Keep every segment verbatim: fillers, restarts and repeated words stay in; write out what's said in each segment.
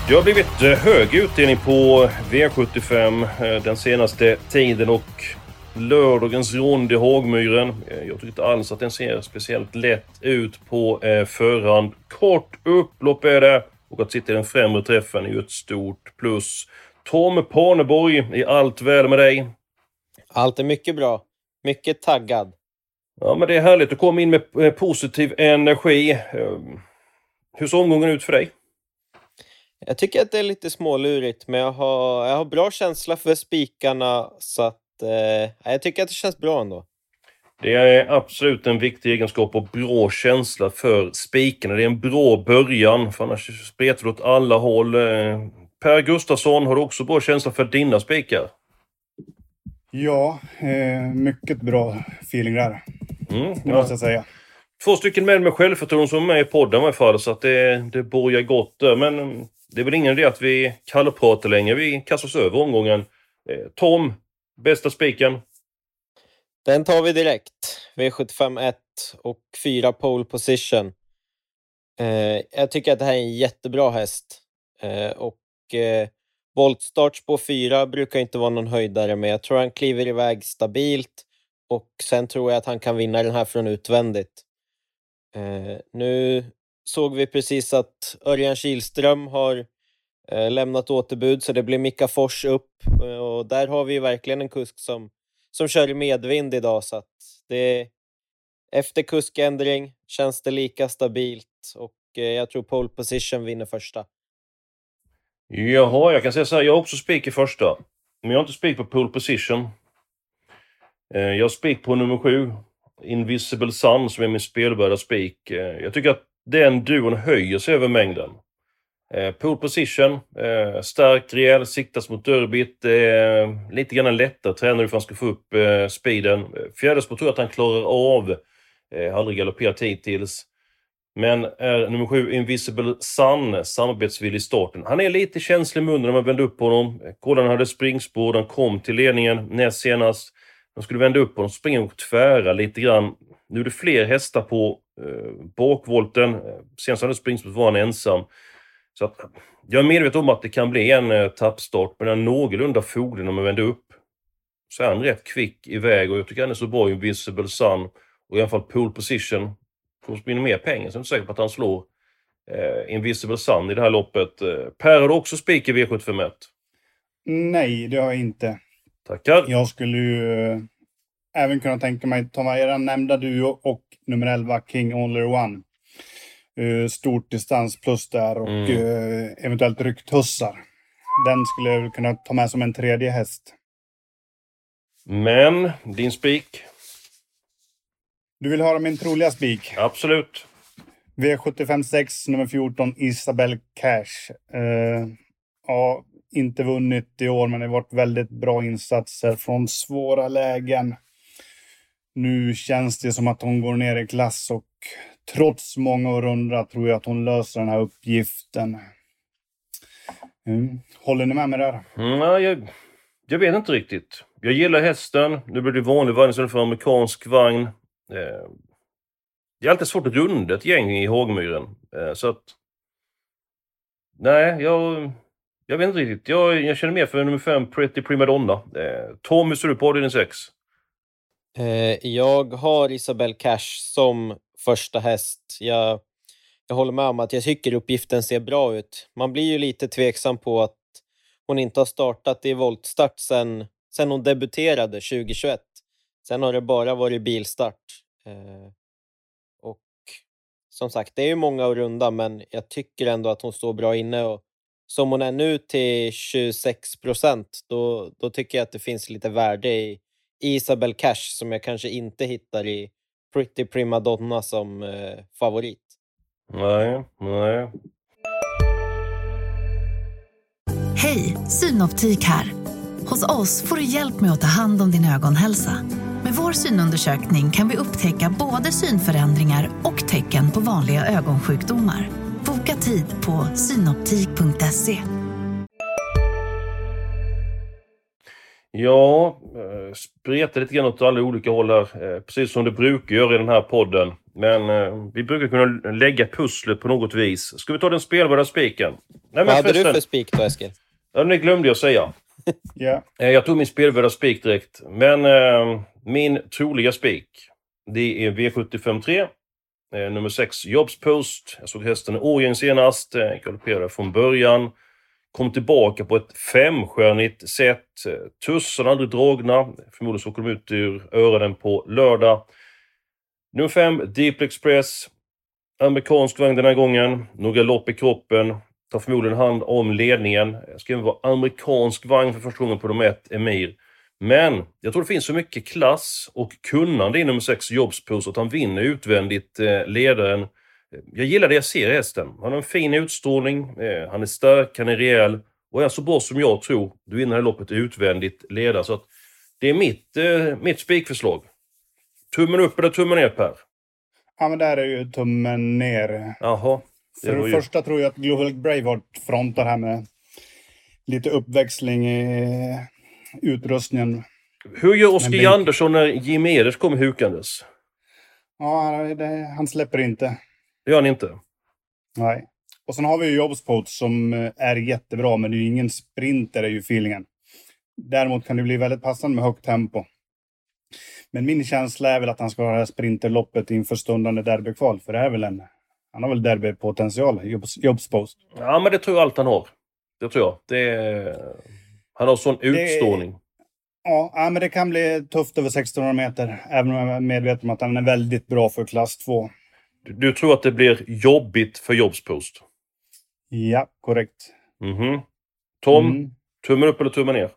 Det har blivit hög utdelning på V sjuttiofem den senaste tiden och lördagens rond i Hågmyren. Jag tycker inte alls att den ser speciellt lätt ut på förhand. Kort upplopp är det och att sitta i den främre träffen är ju ett stort plus. Tom Parneborg, är allt väl med dig? Allt är mycket bra. Mycket taggad. Ja, men det är härligt att komma in med positiv energi. Hur ser omgången ut för dig? Jag tycker att det är lite smålurigt, men jag har, jag har bra känsla för spikarna, så att eh, jag tycker att det känns bra ändå. Det är absolut en viktig egenskap och bra känsla för spikarna. Det är en bra början, för annars spretar det åt alla håll. Per Gustafsson, har du också bra känsla för dina spikar? Ja, eh, mycket bra feeling där. Mm, det ja. måste jag säga. Två stycken med med självförtroende som är med i podden i alla fall, så att det, det börjar gott där. Men det är väl ingen idé att vi kallpratar längre. Vi kastar oss över omgången. Eh, Tom, bästa spiken? Den tar vi direkt. V sjuttiofem ett och fyra pole position. Eh, jag tycker att det här är en jättebra häst. Eh, och eh, voltstarts på fyra brukar inte vara någon höjdare, men jag tror han kliver iväg stabilt. Och sen tror jag att han kan vinna den här från utvändigt. Eh, nu såg vi precis att Örjan Kihlström har eh, lämnat återbud, så det blir Mika Fors upp. Eh, och där har vi verkligen en kusk som, som kör i medvind idag, så att det, efter kuskändring känns det lika stabilt. Och eh, jag tror pole position vinner första. Jaha, jag kan säga så här, jag har också spik i första. Men jag har inte spik på pole position. Eh, jag har spik på nummer sju. Invisible Sun, som är min spelvärda spik. Eh, jag tycker att den duon höjer sig över mängden. Eh, pole position, eh, starkt, rejäl, siktas mot derbyt. Eh, lite grann lättare tränare för att han ska få upp eh, speeden. Fjärdes på tror jag att han klarar av. Eh, aldrig galopperat hittills. Men är nummer sju Invisible Sun samarbetsvillig i starten. Han är lite känslig i munnen när man vänder upp på honom. Kolla, han hade springspår, han kom till ledningen näst senast. De skulle vända upp på honom, springa och tvära lite grann. Nu är det fler hästar på eh, bakvolten. Senast hade springspår var han ensam. Så att, jag är medveten om att det kan bli en eh, tappstart. Men den någorlunda fogden när man vänder upp. Så är han rätt kvick iväg. Och jag tycker han är så bra i Invisible Sun. Och i alla fall pole position. Får springa mer pengar, så jag är inte säker på att han slår eh, Invisible Sun i det här loppet. Eh, per, har du också spik i V sjuttiofem ett? Nej, det har jag inte. Tackar. Jag skulle ju äh, även kunna tänka mig ta med era nämnda duo och nummer elva King Only One. Uh, stort distans plus där och mm. uh, eventuellt rycktussar. Den skulle jag kunna ta med som en tredje häst. Men, din spik? Du vill höra min troliga spik? Absolut. V sjuttiofem sex, nummer fjorton, Isabel Cash. Uh, ja, inte vunnit i år, men det har varit väldigt bra insatser från svåra lägen. Nu känns det som att hon går ner i klass och trots många rundor tror jag att hon löser den här uppgiften. Mm. Håller ni med mig där? Mm, ja, jag, jag vet inte riktigt. Jag gillar hästen. Nu blir det vanlig vagn istället för amerikansk vagn. Eh, det är alltid svårt att runda ett gäng i Hågmyren. Eh, så att... Nej, jag... Jag vet inte riktigt. Jag, jag känner mer för nummer fem, Pretty Prima Donna. Eh, Tom, hur ser du på din sex? Eh, jag har Isabel Cash som första häst. Jag, jag håller med om att jag tycker uppgiften ser bra ut. Man blir ju lite tveksam på att hon inte har startat i voltstart sen, sen hon debuterade tjugohundratjugoett. Sen har det bara varit bilstart. Eh, och som sagt, det är ju många att runda, men jag tycker ändå att hon står bra inne. Och som hon är nu till tjugosex procent, då, då tycker jag att det finns lite värde i, i Isabel Cash som jag kanske inte hittar i Pretty Prima Donna som eh, favorit. Nej, nej. Hej, Synoptik här. Hos oss får du hjälp med att ta hand om din ögonhälsa. Med vår synundersökning kan vi upptäcka både synförändringar och tecken på vanliga ögonsjukdomar. Boka tid på synoptik punkt se. Ja, eh, spretar lite grann åt alla olika håll här, eh, precis som det brukar göra i den här podden. Men eh, vi brukar kunna lägga pusslet på något vis. Ska vi ta den spelvärda spiken? Nej, men Vad hade förresten, du för spik då, Eskil? ja, det glömde jag säga. Ja. Eh, jag tog min spelvärda spik direkt. Men eh, min troliga spik, det är V sjuttiofem tre. Eh, nummer sex, Jobs Post. Jag såg hästen i Årjäng senast. Eh, kalkylerade från början. Kom tillbaka på ett femstjärnigt sätt. Tussarna aldrig dragna. Förmodligen så kom de ut ur öronen på lördag. Nummer fem, Deep Express. Amerikansk vagn den här gången. Några lopp i kroppen. Tar förmodligen hand om ledningen. Jag ska även vara amerikansk vagn för första gången på de ett Emir. Men jag tror det finns så mycket klass och kunnande i nummer sex, Jobs Post, att han vinner utvändigt eh, ledaren. Jag gillar det jag ser i hästen. Han har en fin utstrålning, eh, han är stark, han är rejäl och är så bra som jag tror. Du vinner det här loppet utvändigt ledare. Så att det är mitt, eh, mitt spikförslag. Tummen upp eller tummen ner, Per? Ja, men där är ju tummen ner. Jaha. För det ju... första tror jag att Global Braveheart frontar här med lite uppväxling i utrustningen. Hur gör Oskar Men det- Andersson när Jim Eders kommer hukandes? Ja, det, han släpper inte. Det gör han inte. Nej. Och sen har vi ju Jobspot som eh, är jättebra, men det är ju ingen sprinter är ju feelingen. Däremot kan det bli väldigt passande med högt tempo. Men min känsla är väl att han ska ha det här sprinterloppet inför stundande derbykval. För det är väl en... Han har väl derbypotential, Jobs, Jobspost. Ja, men det tror jag allt han har. Det tror jag. Det är... Han har sån utstrålning. Ja, ja, men det kan bli tufft över sextonhundra meter. Även om jag är medveten om att han är väldigt bra för klass två. Du, du tror att det blir jobbigt för Jobs Post? Ja, korrekt. Mhm. Tom, Mm. tummen upp eller tummen ner?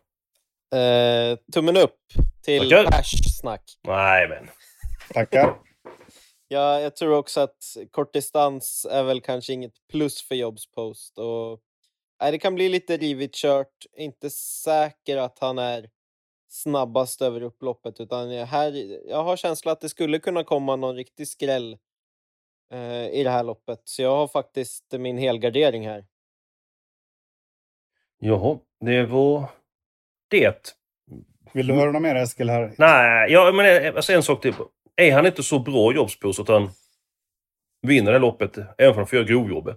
Eh, tummen upp till Tackar. Pers-snack. Nej, men. Tackar. Ja, jag tror också att kortdistans är väl kanske inget plus för Jobs Post. Och, nej, det kan bli lite rivigt kört. Inte säker att han är snabbast över upploppet. Utan här, jag har känslan att det skulle kunna komma någon riktig skräll eh, i det här loppet. Så jag har faktiskt min helgardering här. Jaha, det var det. Vill du höra något mer, Eskil, här? Nej, ja, men alltså en sak till. Är han inte så bra Jobs Post att han vinner det loppet, även om han får göra grovjobbet?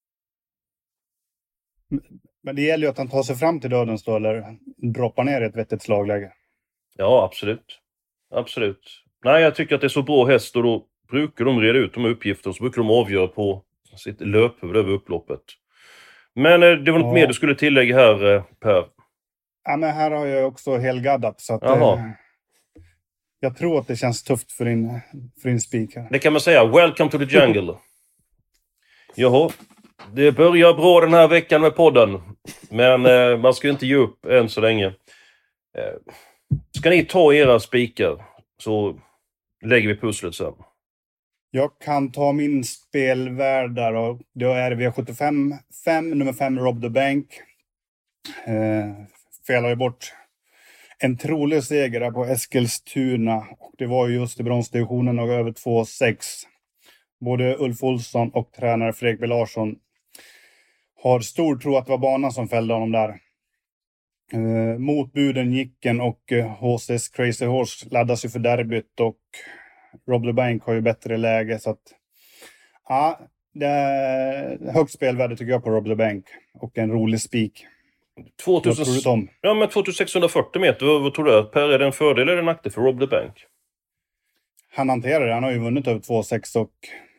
Men det gäller ju att han tar sig fram till dödens då, eller droppar ner i ett vettigt slagläge. Ja, absolut. Absolut. Nej, jag tycker att det är så bra häst och då brukar de reda ut de här uppgifterna, så brukar de avgöra på sitt löphuvud över upploppet. Men eh, det var något Ja. mer du skulle tillägga här, eh, Per. Ja, men här har jag också helgaddat. Så att, Jaha. eh, jag tror att det känns tufft för din, för din spik här. Det kan man säga. Welcome to the jungle. Jaha. Det börjar bra den här veckan med podden. Men eh, man ska ju inte ge upp än så länge. Eh, ska ni ta era spikar så lägger vi pusslet sen. Jag kan ta min spelvärld där och då är det V sjuttiofem fem, nummer fem Rob the Bank. Eh, felar ju bort en trolig seger där på Eskilstuna. Och det var ju just i bronsdivisionen och över två sex. Både Ulf Olsson och tränare Fredrik B. Larsson har stor tro att det var banan som fällde honom där. Eh, motbuden Jicken och eh, H C's Crazy Horse laddas ju för derbyt och Rob the Bank har ju bättre läge så att ja, det är högt spelvärde tycker jag på Rob the Bank och en rolig spik. Vad tror du, tvåtusen... Tom? Ja, men tvåtusensexhundrafyrtio meter, vad, vad tror du? Per, är det en fördel eller en nackdel för Rob the Bank? Han hanterar det, han har ju vunnit över två sex och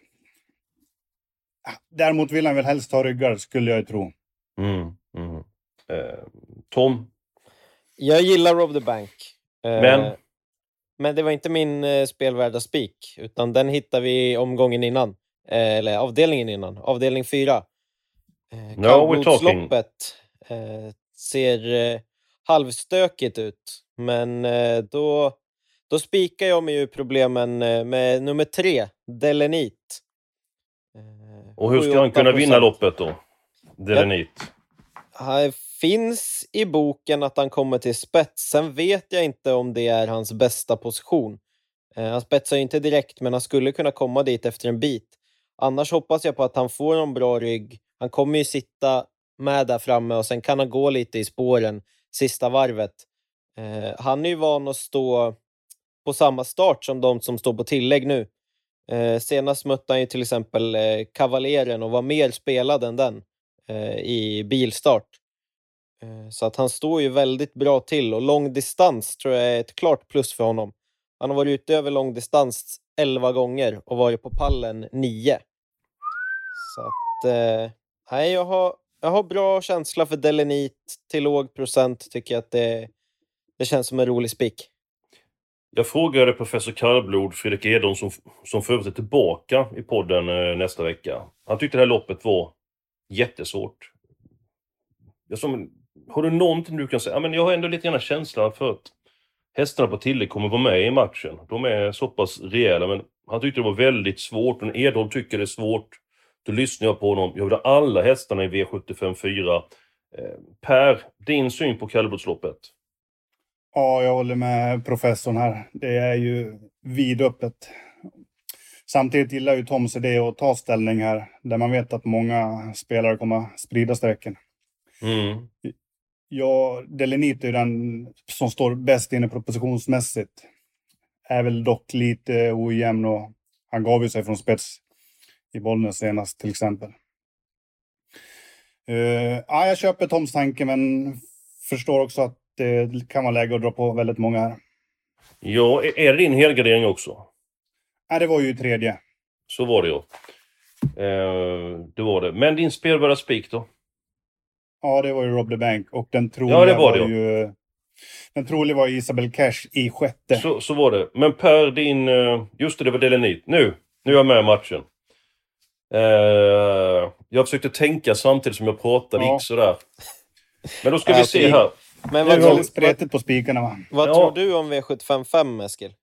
däremot vill han väl helst ta ryggar skulle jag ju tro. Mm, mm. Eh, Tom? Jag gillar Rob the Bank. Eh, Men? Men det var inte min eh, spelvärda spik. Utan den hittar vi omgången innan. Eh, eller avdelningen innan. Avdelning fyra. Eh, No, we're talking. Kallblodsloppet eh, ser eh, halvstökigt ut. Men eh, då, då spikar jag mig ju problemen eh, med nummer tre. Delenit. Eh, Och hur ska sju han kunna åtta vinna procent. loppet då? Delenit. Det finns i boken att han kommer till spets. Sen vet jag inte om det är hans bästa position. Eh, han spetsar ju inte direkt, men han skulle kunna komma dit efter en bit. Annars hoppas jag på att han får en bra rygg. Han kommer ju sitta med där framme och sen kan han gå lite i spåren sista varvet. Eh, han är ju van att stå på samma start som de som står på tillägg nu. Eh, senast mötte han ju till exempel eh, Kavaleren och var mer spelad än den eh, i bilstart. Eh, så att han står ju väldigt bra till, och lång distans tror jag är ett klart plus för honom. Han har varit ute över lång distans elva gånger och varit på pallen nio. Så att eh, nej, jag har, jag har bra känsla för Delenit till låg procent. Tycker jag att det, det känns som en rolig spik. Jag frågade professor Kallblod, Fredrik Edholm, som, som för övrigt är tillbaka i podden eh, nästa vecka. Han tyckte det här loppet var jättesvårt. Jag som, har du någonting du kan säga? Ja, men jag har ändå lite grann känsla för att hästarna på tillägg kommer vara med i matchen. De är så pass rejäla, men han tyckte det var väldigt svårt. Och Edholm tycker det är svårt. Då lyssnar jag på honom. Jag vill ha alla hästarna i V sjuttiofem fyra. Eh, Per, din syn på kallblodsloppet? Ja, jag håller med professorn här. Det är ju vidöppet. Samtidigt gillar ju Tom det att ta ställning här, där man vet att många spelare kommer sprida sträcken. Mm. Ja, Delenit är ju den som står bäst inne propositionsmässigt. Är väl dock lite ojämn, och han gav ju sig från spets i Bollnäs senast till exempel. Uh, ja, jag köper Toms tanke, men förstår också att det kan vara läge att dra på väldigt många här. Ja, är det din helgardering också? Nej, det var ju tredje. Så var det ju. Eh, det var det. Men din spelbara spik då? Ja, det var ju Rob the Bank. Och den troliga ja, det var, var det, ju... Den troliga var Isabel Cash i sjätte. Så, så var det. Men Per, din... Just det, det var Delenit. Nu, nu är jag med i matchen. Eh, jag försökte tänka samtidigt som jag pratade. Ja. Gick sådär. Men då ska äh, vi se här. Men vad det är väldigt spretigt på spikarna, va? Vad ja. tror du om V sjuttiofem fem, Eskil?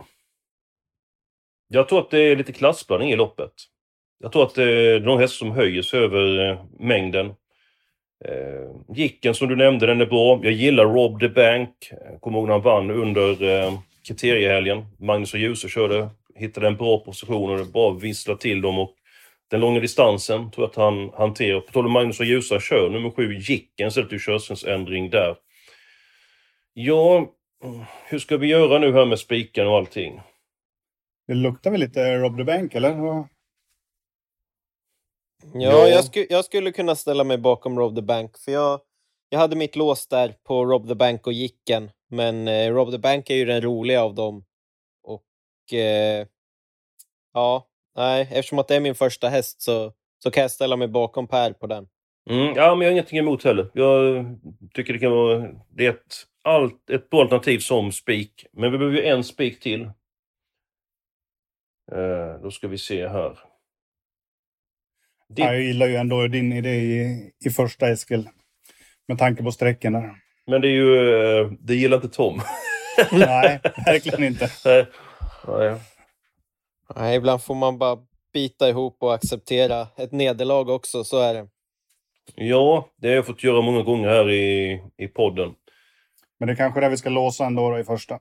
Jag tror att det är lite klassblandning i loppet. Jag tror att det är de hästar som höjer sig över eh, mängden. Eh, Gicken som du nämnde, den är bra. Jag gillar Rob the Bank. Kommer ihåg när han vann under eh, kriteriehelgen. Magnus och Djuse körde. Hittade en bra position och det bara vissla till dem. Och den långa distansen tror jag att han hanterar. På tal om Magnus och Djuse kör nummer sju Gicken. Så är det till körsensändring där. Ja, hur ska vi göra nu här med spiken och allting? Det luktar väl lite Rob the Bank, eller? Ja, ja. Jag, sku, jag skulle kunna ställa mig bakom Rob the Bank. För jag, jag hade mitt lås där på Rob the Bank och Gicken. Men eh, Rob the Bank är ju den roliga av dem. Och eh, ja, nej, eftersom att det är min första häst så, så kan jag ställa mig bakom Per på den. Mm, ja, men jag har ingenting emot heller. Jag tycker det kan vara det är ett, allt, ett bra alternativ som spik. Men vi behöver ju en spik till. Uh, då ska vi se här. Det... Jag gillar ju ändå din idé i, i första, Eskil. Med tanke på sträcken där. Men det är ju... Uh, det gillar inte Tom. Nej, verkligen inte. Nej. Nej. Nej, ibland får man bara bita ihop och acceptera ett nederlag också, så är det. Ja, det har jag fått göra många gånger här i, i podden. Men det är kanske är det vi ska låsa ändå då i första.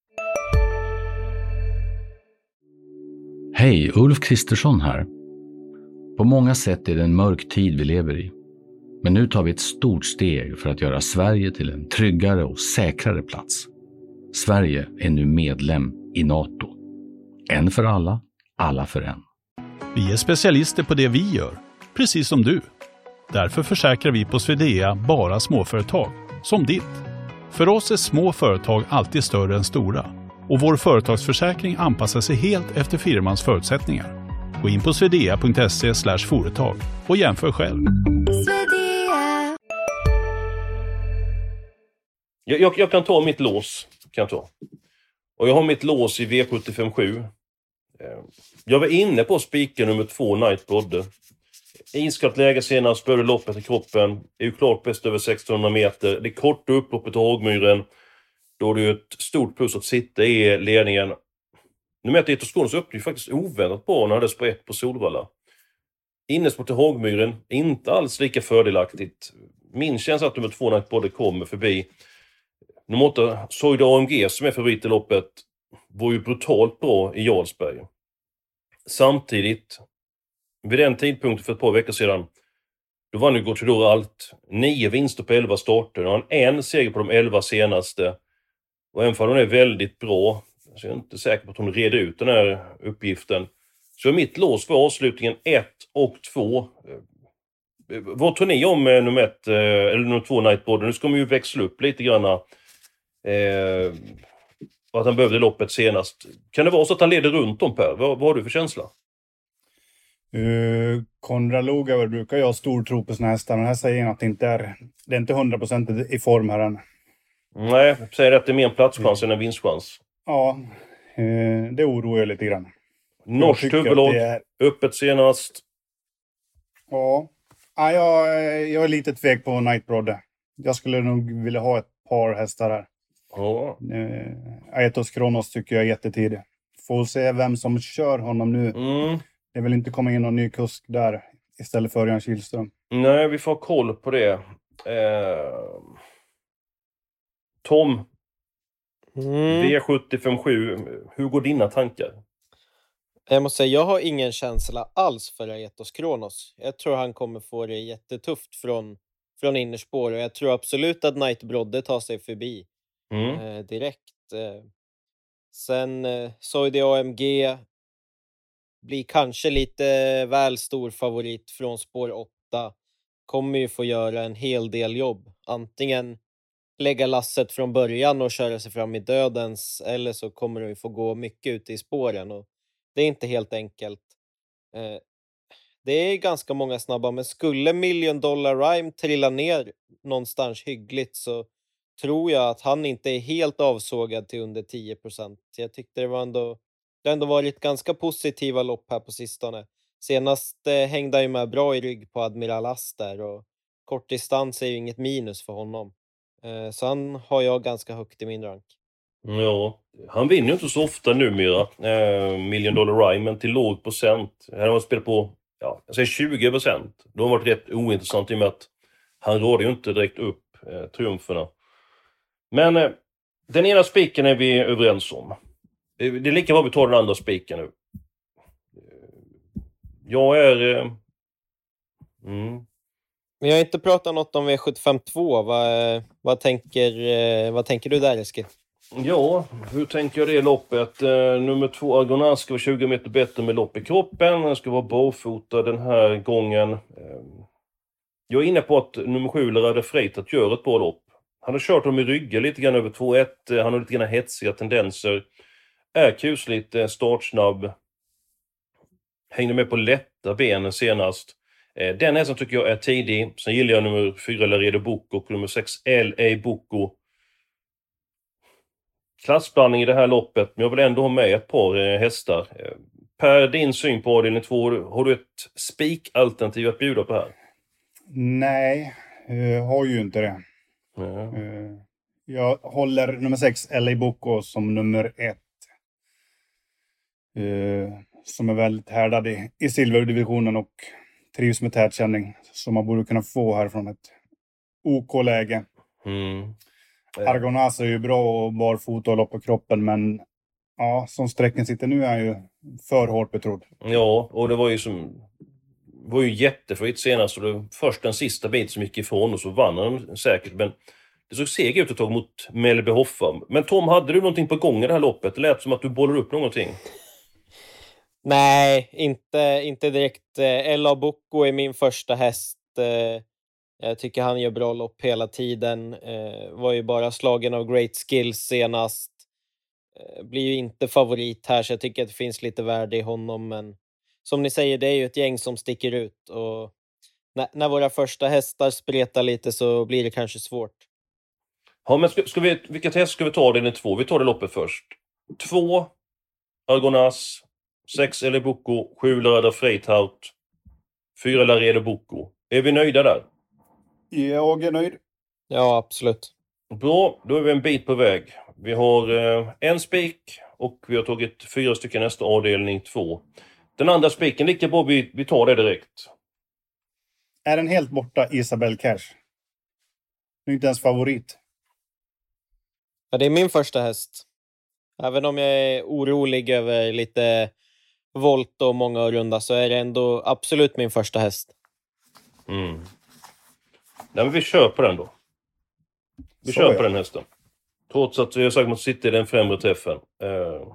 Hej, Ulf Kristersson här. På många sätt är det en mörk tid vi lever i. Men nu tar vi ett stort steg för att göra Sverige till en tryggare och säkrare plats. Sverige är nu medlem i NATO. En för alla, alla för en. Vi är specialister på det vi gör, precis som du. Därför försäkrar vi på Swedea bara småföretag, som ditt. För oss är små företag alltid större än stora. Och vår företagsförsäkring anpassar sig helt efter firmans förutsättningar. Gå in på swedea punkt se slash företag och jämför själv. Jag, jag, jag kan ta mitt lås. Kan jag ta. Och jag har mitt lås i V sjuttiofem sju. Jag var inne på spiken nummer två, Night Brodde. Iskallt läge senast, började loppet i kroppen. Är ju klart bäst över sextonhundra meter. Det är kort upploppet till Hagmyren. Då är det ju ett stort plus att sitta i ledningen. Nu mäter Etos Skåne så öppnar ju faktiskt oväntat på när han hade spår ett på Solvalla. Innespår till Hagmyren, inte alls lika fördelaktigt. Min känsla att nummer två Night Brodde kommer förbi. Nummer åtta, Soida A M G som är favorit i loppet, var ju brutalt bra i Jarlsberg. Samtidigt, vid den tidpunkten för ett par veckor sedan, då vann ju Gocciador allt. Nio vinster på elva starter. Och en seger på de elva senaste. Och även om hon är väldigt bra, så är jag inte säker på att hon reder ut den här uppgiften. Så mitt lås för avslutningen ett och två. Vad tror ni om nummer ett, eller nummer två Nightborder? Nu ska man ju växla upp lite grann. Eh, och att han behövde loppet senast. Kan det vara så att han leder runt om, Per? Vad, vad har du för känsla? Uh, Konrad Lugauer brukar jag ha stor tro på såna hästar, men här säger han att det inte är, det är inte hundra procent i form här än. Nej, jag säger att det är mer en platschans mm. än en vinstchans. Ja, uh, det oroar jag lite grann. Norskt huvudlag, är... öppet senast. Ja, ja jag, jag är lite tvek på Nightbrodde. Jag skulle nog vilja ha ett par hästar här. Ja. Uh, Aetos Kronos tycker jag är jättetidig. Får se vem som kör honom nu. Mm. Det vill inte komma in någon ny kusk där istället för Örjan Kihlström. Nej, vi får ha koll på det. Eh... Tom, mm. V sjuttiofem sju, hur går dina tankar? Jag måste säga, jag har ingen känsla alls för Aetos Kronos. Jag tror han kommer få det jättetufft från, från innerspår. Och jag tror absolut att Nightbrodde tar sig förbi mm. eh, direkt. Eh, sen eh, Soide A M G blir kanske lite väl stor favorit från spår åtta. Kommer ju få göra en hel del jobb. Antingen lägga lasset från början och köra sig fram i dödens, eller så kommer de ju få gå mycket ute i spåren. Och det är inte helt enkelt. Eh, det är ganska många snabba, men skulle Million Dollar Rhyme trilla ner någonstans hyggligt så tror jag att han inte är helt avsågad till under tio procent. Jag tyckte det var ändå Det har ändå varit ganska positiva lopp här på sistone. Senast eh, hängde han ju med bra i rygg på Admiral As där, och kortdistans är ju inget minus för honom. Eh, så han har jag ganska högt i min rank. Ja, han vinner ju inte så ofta numera, eh, Million Dollar Rhyme, men till låg procent. Här har han spelat på, ja, jag säger tjugo procent. Då har varit rätt ointressant i och med att han råder ju inte direkt upp eh, triumferna. Men eh, den ena spiken är vi överens om. Det är lika bra vi tar den andra spiken nu. Jag är... Eh, mm. Men jag har inte pratat något om V sjuttiofem två. Vad, vad, tänker, vad tänker du där, Eskil? Ja, hur tänker jag det loppet? Eh, nummer två, Argonas, ska vara tjugo meter bättre med lopp i kroppen. Han ska vara barfota den här gången. Eh, jag är inne på att nummer sju, Lerade Freitas, gör ett bra lopp. Han har kört dem i ryggen lite grann över två ett. Han har lite grann hetsiga tendenser. Är kusligt eh, startsnabb. Hängde med på lätta benen senast. Eh, den här som tycker jag är tidig. Sen gillar jag nummer fyra, Laredo Bocco, och nummer sex, L A Bocco. Klassblandning i det här loppet, men jag vill ändå ha med ett par eh, hästar. Eh, Per, din syn på avdelning två, har du ett spikalternativ att bjuda på här? Nej, jag har ju inte det. Ja. Uh, jag håller nummer sex, L A Bocco, som nummer ett. Uh, som är väldigt härdad i, i silverdivisionen och trivs med tätkänning. Som man borde kunna få här från ett OK-läge. Mm. Argonas är ju bra och barfota och lopp på kroppen, men ja, som sträcken sitter nu är han ju för hårt betrodd. Ja, och det var ju som var ju jättefritt senast, och det var först den sista bit som gick ifrån, och så vann han säkert, men det såg seg ut ett tag mot Melby Hoffa. Men Tom, hade du någonting på gång i det här loppet? Det lät som att du bollar upp någonting. Nej, inte, inte direkt. L A Bocco är min första häst. Jag tycker han gör bra lopp hela tiden. Var ju bara slagen av Great Skills senast. Blir ju inte favorit här, så jag tycker att det finns lite värde i honom. Men som ni säger, det är ju ett gäng som sticker ut. Och när, när våra första hästar spretar lite så blir det kanske svårt. Ja, men ska, ska vi, vilka test ska vi ta den i två? Vi tar det loppet först. Två, Argonas. Sex, L A Bocco. Sju, Lerade Freitas. Fyra, Laredo Bocco. Är vi nöjda där? Jag är nöjd. Ja, absolut. Bra, då är vi en bit på väg. Vi har eh, en spik och vi har tagit fyra stycken nästa avdelning två. Den andra spiken, lika bra vi, vi tar det direkt. Är den helt borta, Isabel Cash? Du är inte ens favorit. Ja, det är min första häst. Även om jag är orolig över lite volt och många runda, så är det ändå absolut min första häst. Mm. Nej, men vi kör på den då. Vi Så kör ja. på den hästen. Trots att jag har sagt att man sitter i den främre träffen. Uh,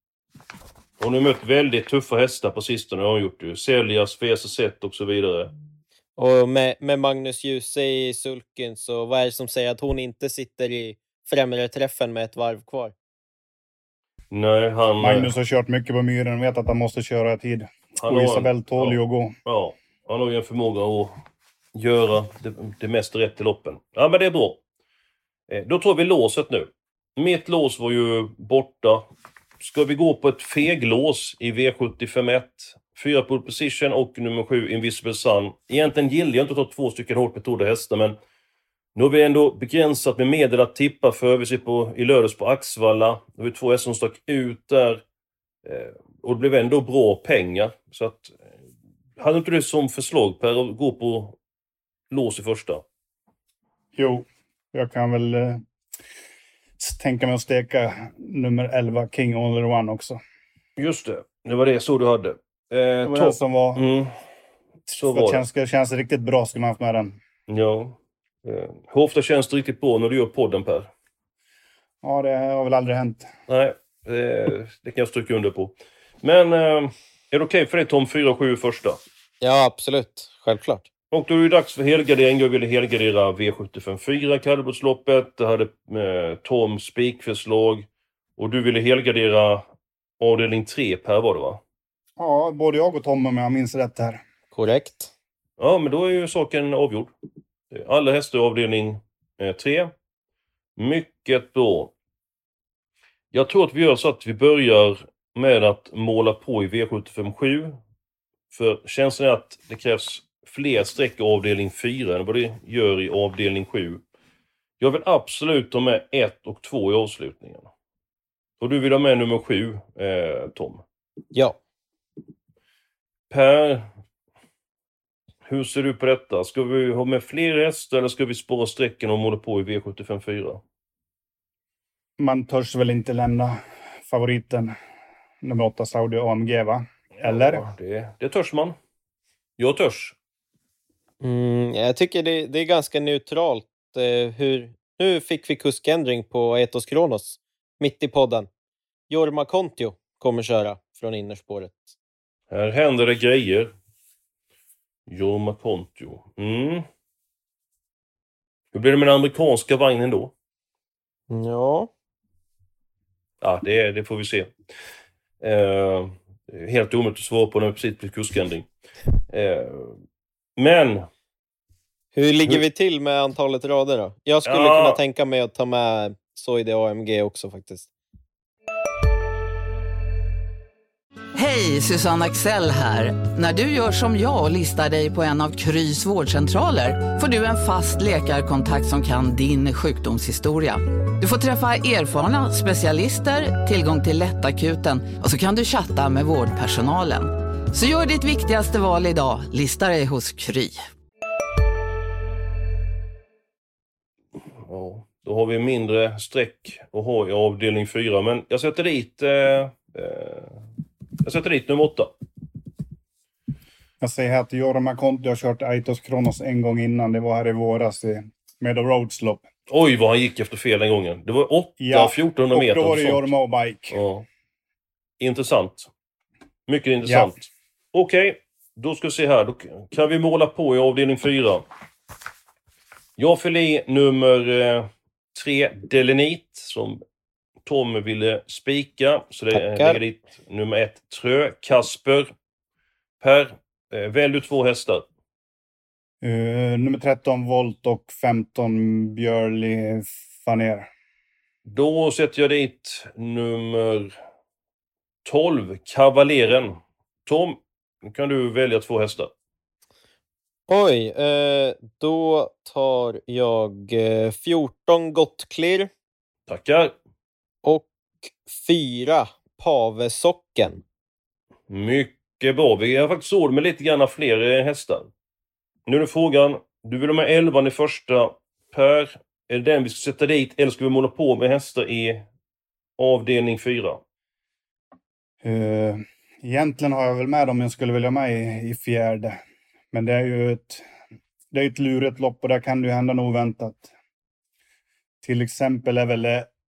hon har mött väldigt tuffa hästar på sistone. Har hon gjort det. Seljas, V S S och så vidare. Och med, med Magnus Djuse i sulken, så vad är det som säger att hon inte sitter i främre träffen med ett varv kvar? Nej, han... Magnus har kört mycket på myren och vet att han måste köra i tid. Han och har Isabel en- tål ju ja. att gå. Ja, han har ju en förmåga att göra det, det mesta rätt i loppen. Ja, men det är bra. Eh, Då tar vi låset nu. Mitt lås var ju borta. Ska vi gå på ett feglås i V sjuttiofem ett? Fyra pole position och nummer sju Invisible Sun. Egentligen gillar jag inte att ta två stycken hårt betrodda hästar, men nu har vi ändå begränsat med medel att tippa för. Vi ser på, i lördags på Axvalla. Det var två hästar som stack ut där. Eh, och det blev ändå bra pengar. Så att, eh, hade inte du som förslag, Per, att gå på lås i första? Jo, jag kan väl eh, tänka mig att steka nummer elva King Only One också. Just det, det var det så du hade. Eh, Det var topp. den som var... Mm. Så det var det. känns, det känns riktigt bra skulle man haft med den. Ja. Eh, hur ofta känns det riktigt bra när du gör podden, Per? Ja, det har väl aldrig hänt. Nej, eh, det kan jag stryka under på. Men eh, är det okej för dig, Tom, fyra sju första? Ja, absolut. Självklart. Och då är det dags för helgardering. Jag ville helgardera V sjuttiofem fyra kallblodsloppet. Det hade eh, Tom spikförslag. Och du ville helgardera avdelning tre, Per, var det, va? Ja, både jag och Tom, om jag minns rätt här. Korrekt. Ja, men då är ju saken avgjord. Alla hästar i avdelning eh, tre. Mycket bra. Jag tror att vi gör så att vi börjar med att måla på i V sjuttiofem sju. För känslan är att det krävs fler streck i avdelning fyra än vad det gör i avdelning sju. Jag vill absolut ha med ett och två i avslutningen. Och du vill ha med nummer sju, eh, Tom. Ja. Per, hur ser du på detta? Ska vi ha med fler hästar eller ska vi spara strecken och måla på i V sjuttiofem fyra? Man törs väl inte lämna favoriten nummer åtta Saudi A M G, va? Eller? Ja, det, det törs man. Jag törs. Mm, jag tycker det, det är ganska neutralt. Eh, hur, nu fick vi kuskändring på Etos Kronos. Mitt i podden. Jorma Kontio kommer köra från innerspåret. Här händer det grejer. Jorma Kontio. Mm. Hur blir det med den amerikanska vagnen då? Ja. Ja, det, det får vi se. Eh, helt omöjligt att svara på när det precis blir kursändring. Eh, men... Hur ligger Hur- vi till med antalet rader då? Jag skulle Ja. kunna tänka mig att ta med Soide A M G också faktiskt. Hej, Susanne Axel här. När du gör som jag och listar dig på en av Krys vårdcentraler får du en fast läkarkontakt som kan din sjukdomshistoria. Du får träffa erfarna specialister, tillgång till lättakuten och så kan du chatta med vårdpersonalen. Så gör ditt viktigaste val idag, lista dig hos Kry. Ja, då har vi mindre streck att ha i avdelning fyra. Men jag sätter dit... Eh, eh, jag sätter dit nummer åtta. Jag säger här att Jorma Kontio har kört Aitos Kronos en gång innan. Det var här i våras i Meadow Roads lopp. Oj, vad han gick efter fel den gången. Det var åtta Ja, fjortonhundra och meter. då var det sånt. Jorma och Bike. Ja. Intressant. Mycket intressant. Okej, då ska vi se här. Då kan vi måla på i avdelning fyra. Jag fyller i nummer eh, tre Delenit som Tom ville spika. Så det Tackar. lägger dit nummer ett Trö Kasper. Per, eh, välj du två hästar. Uh, nummer tretton Volt och femton Björli Faner. Då sätter jag dit nummer tolv Kavaleren. Tom, nu kan du välja två hästar. Oj, eh, då tar jag eh, fjorton Gottklirr Tackar. och fyra Pavesocken. Mycket bra. Vi har faktiskt råd med lite grann fler eh, hästar. Nu är det frågan. Du vill ha med elvan i första. Per, är det den vi ska sätta dit eller ska vi måla på med hästar i avdelning fyra? Uh, egentligen har jag väl med dem jag skulle vilja med i, i fjärde. Men det är ju ett, det är ett lurigt lopp och där kan det ju hända något oväntat. Till exempel är väl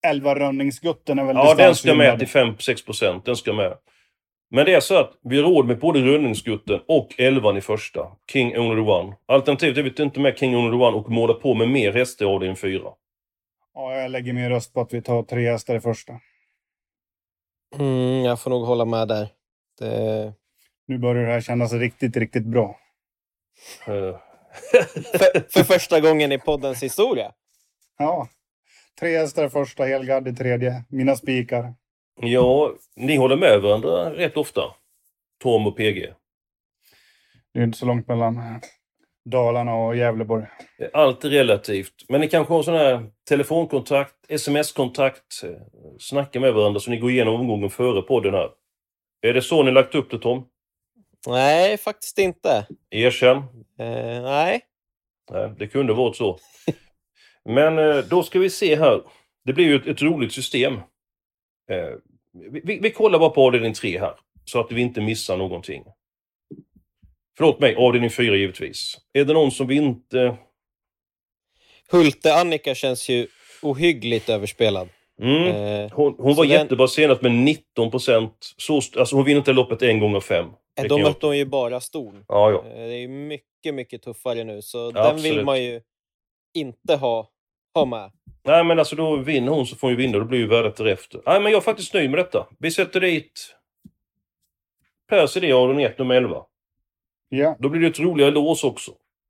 elva Rönningsgutten är väl Ja, den ska distansvinnare. med till fem till sex procent. Den ska med. Men det är så att vi har råd med både Rönningsgutten och elvan i första. King Only the One. Alternativt är vi inte med King Only the One och målar på med mer hästar i avdelning fyra. Ja, jag lägger min röst på att vi tar tre hästar i första. Mm, jag får nog hålla med där. Det... Nu börjar det här kännas riktigt, riktigt bra. Uh. för, för första gången i poddens historia. Ja, tre hästar i första, helgard i tredje. Mina spikar. Ja, ni håller med varandra rätt ofta. Tom och P G. Det är inte så långt mellan Dalarna och Gävleborg. Allt är relativt. Men ni kanske har sån här telefonkontakt, sms-kontakt. Snacka med varandra så ni går igenom omgången före podden här. Är det så ni lagt upp det, Tom? Nej, faktiskt inte. Erkänn. Eh, nej. Nej, det kunde varit så. Men eh, då ska vi se här. Det blir ju ett, ett roligt system. Eh, vi, vi, vi kollar bara på avdelning tre här. Så att vi inte missar någonting. Förlåt mig, avdelning fyra givetvis. Är det någon som vi inte... Hulte Annika känns ju ohyggligt överspelad. Mm. Eh, hon hon var den... jättebra senast med nitton procent. Så, alltså hon vinner inte loppet en gång av fem. Eh, då mötte hon ju bara ston. Ja, ja. Eh, det är ju mycket, mycket tuffare nu. Så Ja, den absolut. vill man ju inte ha, ha med. Nej, men alltså då vinner hon så får hon ju vinna. Då blir ju värdet därefter. Nej, men jag är faktiskt nöjd med detta. Vi sätter dit Pers idé av den ett nummer elva. Ja. Då blir det ett roligare lås också.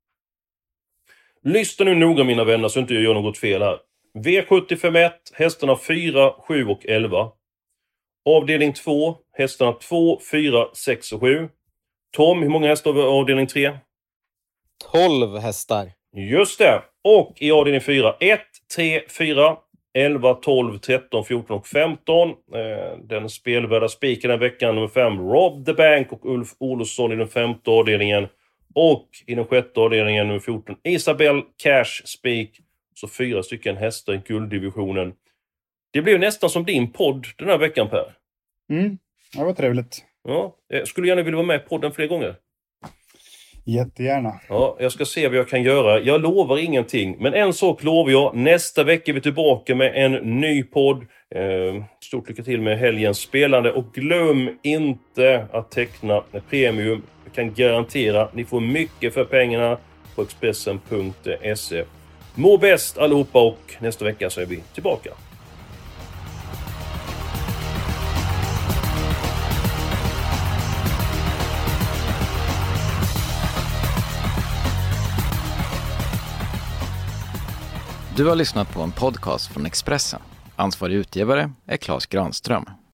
Lyssna nu noga mina vänner så inte jag gör något fel här. V sjuttiofem ett, hästarna fyra, sju och elva. Avdelning två, hästarna två, fyra, sex och sju. Tom, hur många hästar har vi i avdelning tre? tolv hästar. Just det. Och i avdelning fyra, ett, tre, fyra, elva, tolv, tretton, fjorton och femton. Eh, den spelvärda spiken den veckan nummer fem, Rob the Bank och Ulf Olsson i den femte avdelningen. Och i den sjätte avdelningen nummer fjorton, Isabel Cash Spik. Så fyra stycken hästar i gulddivisionen. Det blev nästan som din podd den här veckan, Per. Mm, det var trevligt. Ja, jag skulle gärna vilja vara med i podden fler gånger. Jättegärna. Ja, jag ska se vad jag kan göra. Jag lovar ingenting. Men en sak lovar jag. Nästa vecka är vi tillbaka med en ny podd. Eh, stort lycka till med helgens spelande. Och glöm inte att teckna premium. Jag kan garantera att ni får mycket för pengarna på Expressen punkt se. Må bäst allihopa och nästa vecka så är vi tillbaka. Du har lyssnat på en podcast från Expressen. Ansvarig utgivare är Claes Granström.